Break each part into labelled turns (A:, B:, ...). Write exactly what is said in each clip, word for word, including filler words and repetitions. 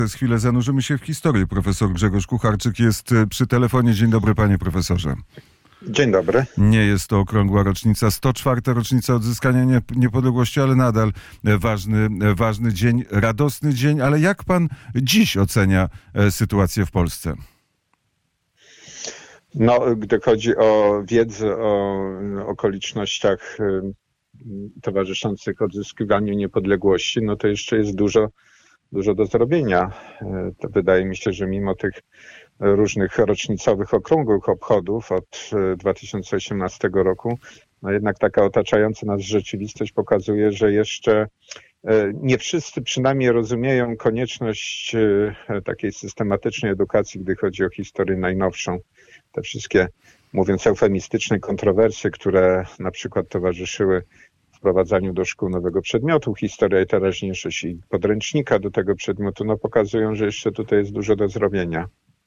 A: Przez chwilę zanurzymy się w historię. Profesor Grzegorz Kucharczyk jest przy telefonie. Dzień dobry, panie profesorze.
B: Dzień dobry.
A: Nie jest to okrągła rocznica, sto czwarta rocznica odzyskania nie, niepodległości, ale nadal ważny, ważny dzień, radosny dzień. Ale jak pan dziś ocenia sytuację w Polsce?
B: No, gdy chodzi o wiedzę o okolicznościach towarzyszących odzyskiwaniu niepodległości, no to jeszcze jest dużo, dużo do zrobienia. To wydaje mi się, że mimo tych różnych rocznicowych okrągłych obchodów od dwa tysiące osiemnastego roku, no jednak taka otaczająca nas rzeczywistość pokazuje, że jeszcze nie wszyscy przynajmniej rozumieją konieczność takiej systematycznej edukacji, gdy chodzi o historię najnowszą. Te wszystkie, mówiąc eufemistycznie, kontrowersje, które na przykład towarzyszyły wprowadzaniu do szkół nowego przedmiotu, historia i teraźniejszość i podręcznika do tego przedmiotu, no pokazują, że jeszcze tutaj jest dużo do zrobienia.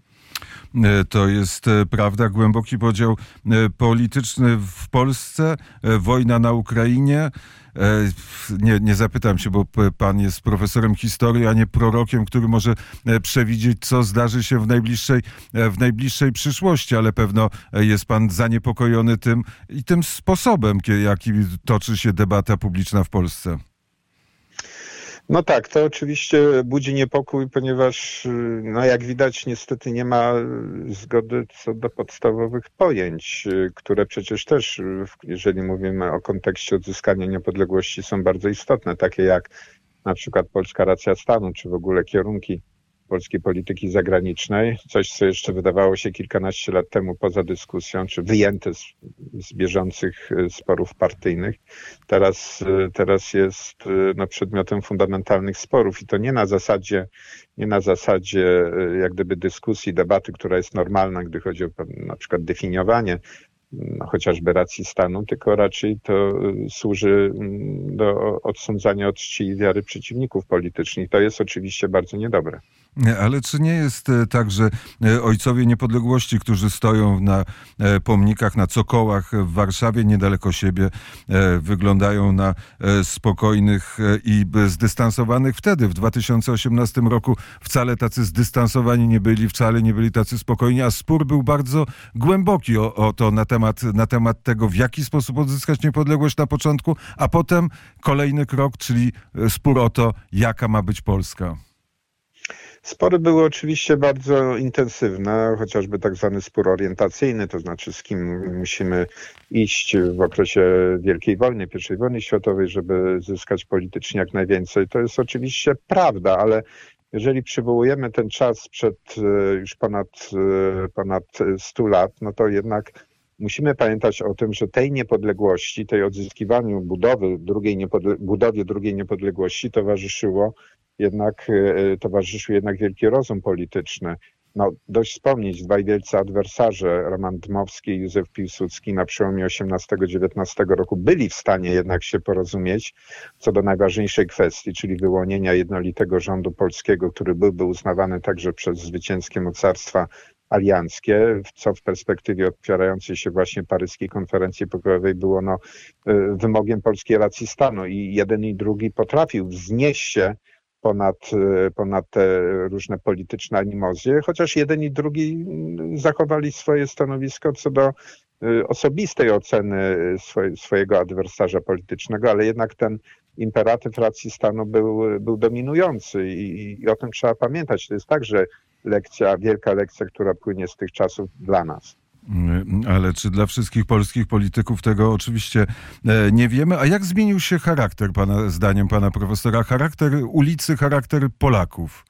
A: To jest prawda, głęboki podział polityczny w Polsce, wojna na Ukrainie. Nie, nie zapytam się, bo pan jest profesorem historii, a nie prorokiem, który może przewidzieć, co zdarzy się w najbliższej, w najbliższej przyszłości, ale pewno jest pan zaniepokojony tym i tym sposobem, jaki toczy się debata publiczna w Polsce.
B: No tak, to oczywiście budzi niepokój, ponieważ, no jak widać, niestety nie ma zgody co do podstawowych pojęć, które przecież też, jeżeli mówimy o kontekście odzyskania niepodległości, są bardzo istotne, takie jak na przykład polska racja stanu, czy w ogóle kierunki polskiej polityki zagranicznej, coś, co jeszcze wydawało się kilkanaście lat temu poza dyskusją, czy wyjęte z, z bieżących sporów partyjnych, teraz, teraz jest no, przedmiotem fundamentalnych sporów i to nie na zasadzie, nie na zasadzie jak gdyby dyskusji, debaty, która jest normalna, gdy chodzi o na przykład definiowanie no, chociażby racji stanu, tylko raczej to służy do odsądzania od czci i wiary przeciwników politycznych. To jest oczywiście bardzo niedobre.
A: Ale czy nie jest tak, że ojcowie niepodległości, którzy stoją na pomnikach, na cokołach w Warszawie, niedaleko siebie, wyglądają na spokojnych i zdystansowanych wtedy, w dwa tysiące osiemnastym roku, wcale tacy zdystansowani nie byli, wcale nie byli tacy spokojni, a spór był bardzo głęboki o, o to na temat, na temat tego, w jaki sposób odzyskać niepodległość na początku, a potem kolejny krok, czyli spór o to, jaka ma być Polska.
B: Spory były oczywiście bardzo intensywne, chociażby tak zwany spór orientacyjny, to znaczy z kim musimy iść w okresie Wielkiej Wojny, pierwszej wojny światowej, żeby zyskać politycznie jak najwięcej. To jest oczywiście prawda, ale jeżeli przywołujemy ten czas sprzed już ponad, ponad stu lat, no to jednak musimy pamiętać o tym, że tej niepodległości, tej odzyskiwaniu budowy drugiej niepodle- budowie drugiej niepodległości towarzyszyło jednak, towarzyszył jednak wielki rozum polityczny. No, dość wspomnieć, dwaj wielcy adwersarze, Roman Dmowski i Józef Piłsudski, na przełomie osiemnastego dziewiętnastego roku byli w stanie jednak się porozumieć co do najważniejszej kwestii, czyli wyłonienia jednolitego rządu polskiego, który byłby uznawany także przez zwycięskie mocarstwa alianckie, co w perspektywie otwierającej się właśnie paryskiej konferencji pokojowej było no, wymogiem polskiej racji stanu i jeden i drugi potrafił wznieść się ponad, ponad te różne polityczne animozje, chociaż jeden i drugi zachowali swoje stanowisko co do osobistej oceny swoje, swojego adwersarza politycznego, ale jednak ten imperatyw racji stanu był, był dominujący i, i o tym trzeba pamiętać. To jest także lekcja, wielka lekcja, która płynie z tych czasów dla nas.
A: Ale czy dla wszystkich polskich polityków tego oczywiście nie wiemy. A jak zmienił się charakter, pana zdaniem pana profesora, charakter ulicy, charakter Polaków?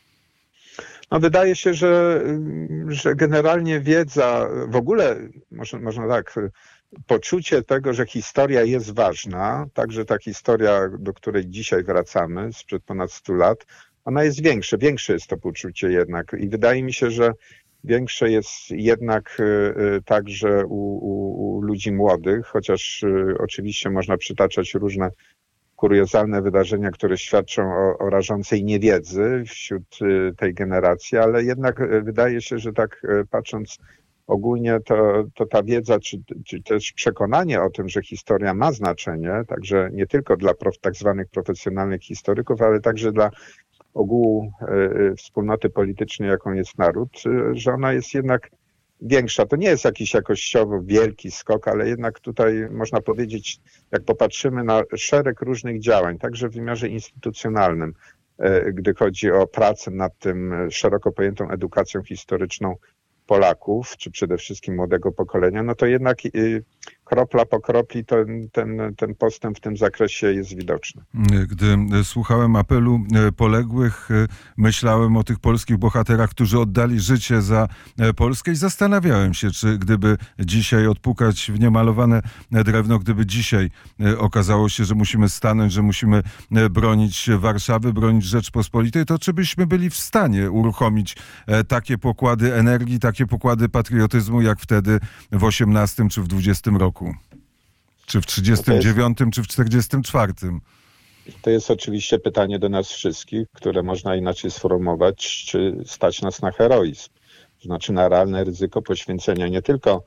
B: No wydaje się, że, że generalnie wiedza, w ogóle można, można tak, poczucie tego, że historia jest ważna, także ta historia, do której dzisiaj wracamy sprzed ponad stu lat, ona jest większa, większe jest to poczucie jednak i wydaje mi się, że większe jest jednak także u, u, u ludzi młodych, chociaż oczywiście można przytaczać różne kuriozalne wydarzenia, które świadczą o, o rażącej niewiedzy wśród tej generacji, ale jednak wydaje się, że tak patrząc ogólnie, to, to ta wiedza, czy, czy też przekonanie o tym, że historia ma znaczenie, także nie tylko dla prof, tak zwanych profesjonalnych historyków, ale także dla ogółu wspólnoty politycznej, jaką jest naród, że ona jest jednak większa. To nie jest jakiś jakościowo wielki skok, ale jednak tutaj można powiedzieć, jak popatrzymy na szereg różnych działań, także w wymiarze instytucjonalnym, gdy chodzi o pracę nad tym szeroko pojętą edukacją historyczną Polaków, czy przede wszystkim młodego pokolenia, no to jednak kropla po kropli ten, ten, ten postęp w tym zakresie jest widoczny.
A: Gdy słuchałem apelu poległych, myślałem o tych polskich bohaterach, którzy oddali życie za Polskę i zastanawiałem się, czy gdyby dzisiaj odpukać w niemalowane drewno, gdyby dzisiaj okazało się, że musimy stanąć, że musimy bronić Warszawy, bronić Rzeczpospolitej, to czy byśmy byli w stanie uruchomić takie pokłady energii, takie pokłady patriotyzmu, jak wtedy w osiemnastym czy w dwudziestym roku? Czy w trzydziestym dziewiątym, czy w czterdziestym czwartym?
B: To jest oczywiście pytanie do nas wszystkich, które można inaczej sformułować, czy stać nas na heroizm. To znaczy na realne ryzyko poświęcenia nie tylko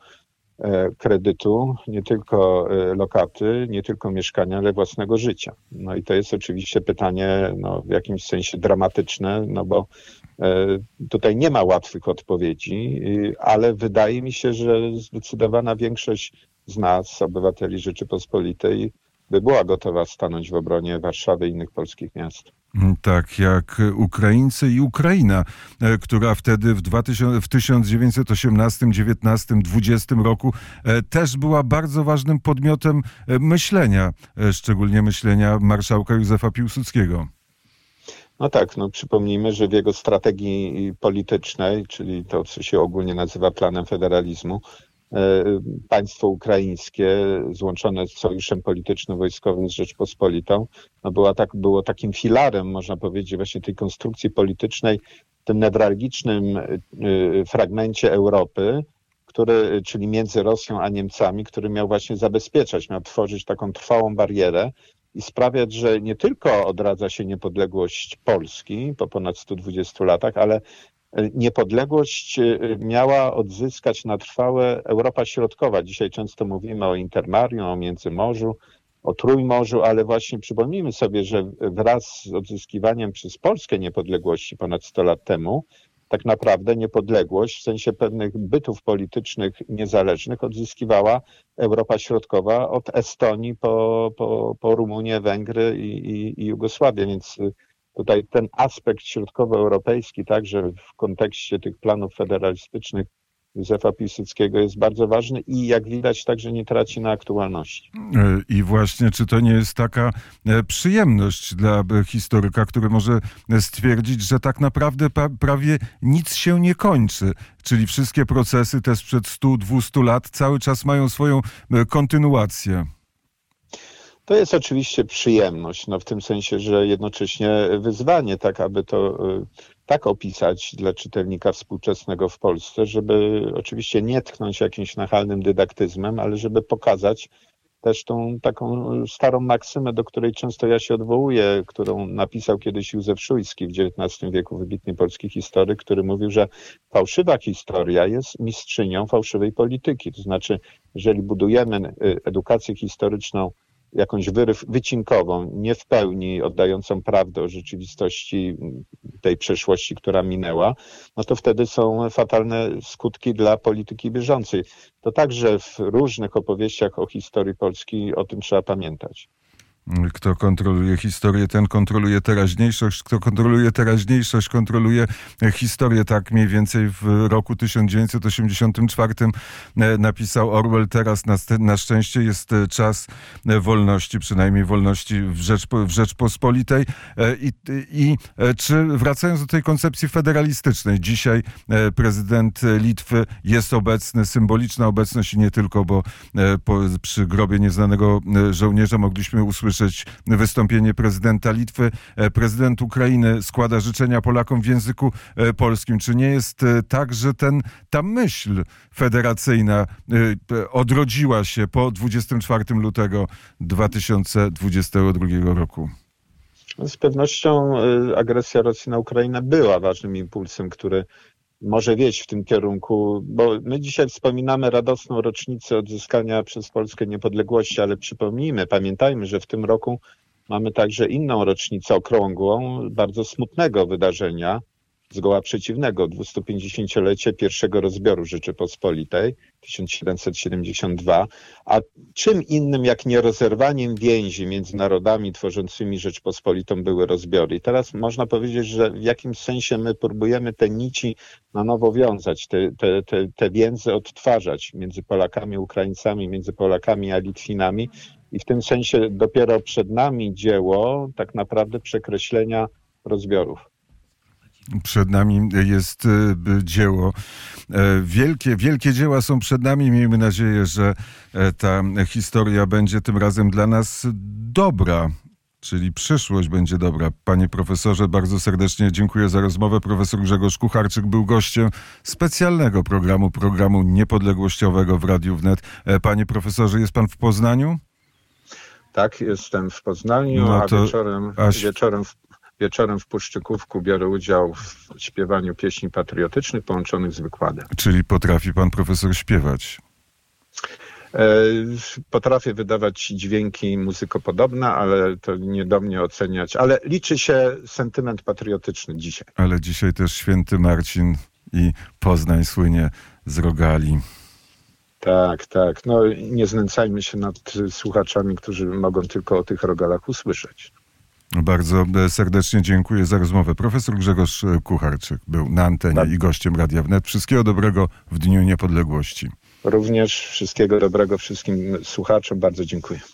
B: kredytu, nie tylko lokaty, nie tylko mieszkania, ale własnego życia. No i to jest oczywiście pytanie no, w jakimś sensie dramatyczne, no bo tutaj nie ma łatwych odpowiedzi, ale wydaje mi się, że zdecydowana większość z nas, obywateli Rzeczypospolitej, by była gotowa stanąć w obronie Warszawy i innych polskich miast.
A: Tak jak Ukraińcy i Ukraina, która wtedy w, dwutysięcznym, w tysiąc dziewięćset osiemnastym, dziewiętnastym, dwudziestym roku też była bardzo ważnym podmiotem myślenia, szczególnie myślenia marszałka Józefa Piłsudskiego.
B: No tak, no przypomnijmy, że w jego strategii politycznej, czyli to, co się ogólnie nazywa planem federalizmu, państwo ukraińskie złączone z sojuszem polityczno-wojskowym z Rzeczpospolitą, no była tak, było takim filarem, można powiedzieć, właśnie tej konstrukcji politycznej, w tym newralgicznym fragmencie Europy, który, czyli między Rosją a Niemcami, który miał właśnie zabezpieczać, miał tworzyć taką trwałą barierę i sprawiać, że nie tylko odradza się niepodległość Polski po ponad stu dwudziestu latach, ale niepodległość miała odzyskać na trwałe Europa Środkowa. Dzisiaj często mówimy o Intermarium, o Międzymorzu, o Trójmorzu, ale właśnie przypomnijmy sobie, że wraz z odzyskiwaniem przez Polskę niepodległości ponad sto lat temu, tak naprawdę niepodległość w sensie pewnych bytów politycznych niezależnych odzyskiwała Europa Środkowa od Estonii po, po, po Rumunię, Węgry i, i, i Jugosławię, więc tutaj ten aspekt środkowoeuropejski także w kontekście tych planów federalistycznych Józefa Piłsudskiego jest bardzo ważny i jak widać także nie traci na aktualności.
A: I właśnie, czy to nie jest taka przyjemność dla historyka, który może stwierdzić, że tak naprawdę prawie nic się nie kończy, czyli wszystkie procesy te sprzed stu, dwustu lat cały czas mają swoją kontynuację?
B: To jest oczywiście przyjemność, no w tym sensie, że jednocześnie wyzwanie, tak aby to tak opisać dla czytelnika współczesnego w Polsce, żeby oczywiście nie tknąć jakimś nachalnym dydaktyzmem, ale żeby pokazać też tą taką starą maksymę, do której często ja się odwołuję, którą napisał kiedyś Józef Szujski w dziewiętnastym wieku, wybitny polski historyk, który mówił, że fałszywa historia jest mistrzynią fałszywej polityki. To znaczy, jeżeli budujemy edukację historyczną jakąś wyryw, wycinkową, nie w pełni oddającą prawdę o rzeczywistości tej przeszłości, która minęła, no to wtedy są fatalne skutki dla polityki bieżącej. To także w różnych opowieściach o historii Polski o tym trzeba pamiętać.
A: Kto kontroluje historię, ten kontroluje teraźniejszość. Kto kontroluje teraźniejszość, kontroluje historię. Tak mniej więcej w roku tysiąc dziewięćset osiemdziesiątym czwartym napisał Orwell. Teraz na, na szczęście jest czas wolności, przynajmniej wolności w, Rzeczpo, w Rzeczpospolitej. I, I czy wracając do tej koncepcji federalistycznej, dzisiaj prezydent Litwy jest obecny, symboliczna obecność i nie tylko, bo po, przy grobie nieznanego żołnierza mogliśmy usłyszeć wystąpienie prezydenta Litwy. Prezydent Ukrainy składa życzenia Polakom w języku polskim. Czy nie jest tak, że ten, ta myśl federacyjna odrodziła się po dwudziestego czwartego lutego dwa tysiące dwudziestego drugiego roku?
B: Z pewnością agresja Rosji na Ukrainę była ważnym impulsem, który może wieść w tym kierunku, bo my dzisiaj wspominamy radosną rocznicę odzyskania przez Polskę niepodległości, ale przypomnijmy, pamiętajmy, że w tym roku mamy także inną rocznicę okrągłą, bardzo smutnego wydarzenia, zgoła przeciwnego, dwustupięćdziesięciolecie pierwszego rozbioru Rzeczypospolitej, tysiąc siedemset siedemdziesiąt dwa, a czym innym jak nierozerwaniem więzi między narodami tworzącymi Rzeczpospolitą były rozbiory. I teraz można powiedzieć, że w jakimś sensie my próbujemy te nici na nowo wiązać, te, te, te, te więzy odtwarzać między Polakami, Ukraińcami, między Polakami a Litwinami. I w tym sensie dopiero przed nami dzieło tak naprawdę przekreślenia rozbiorów.
A: Przed nami jest dzieło. Wielkie, wielkie dzieła są przed nami. Miejmy nadzieję, że ta historia będzie tym razem dla nas dobra, czyli przyszłość będzie dobra. Panie profesorze, bardzo serdecznie dziękuję za rozmowę. Profesor Grzegorz Kucharczyk był gościem specjalnego programu, programu niepodległościowego w Radiu Wnet. Panie profesorze, jest pan w Poznaniu?
B: Tak, jestem w Poznaniu,
A: no
B: a wieczorem,
A: aż...
B: wieczorem w Wieczorem w Puszczykówku biorę udział w śpiewaniu pieśni patriotycznych połączonych z wykładem.
A: Czyli potrafi pan profesor śpiewać?
B: E, potrafię wydawać dźwięki muzykopodobne, ale to nie do mnie oceniać. Ale liczy się sentyment patriotyczny dzisiaj.
A: Ale dzisiaj też święty Marcin i Poznań słynie z rogali.
B: Tak, tak. No nie znęcajmy się nad słuchaczami, którzy mogą tylko o tych rogalach usłyszeć.
A: Bardzo serdecznie dziękuję za rozmowę. Profesor Grzegorz Kucharczyk był na antenie tak. i gościem Radia Wnet. Wszystkiego dobrego w Dniu Niepodległości.
B: Również wszystkiego dobrego wszystkim słuchaczom. Bardzo dziękuję.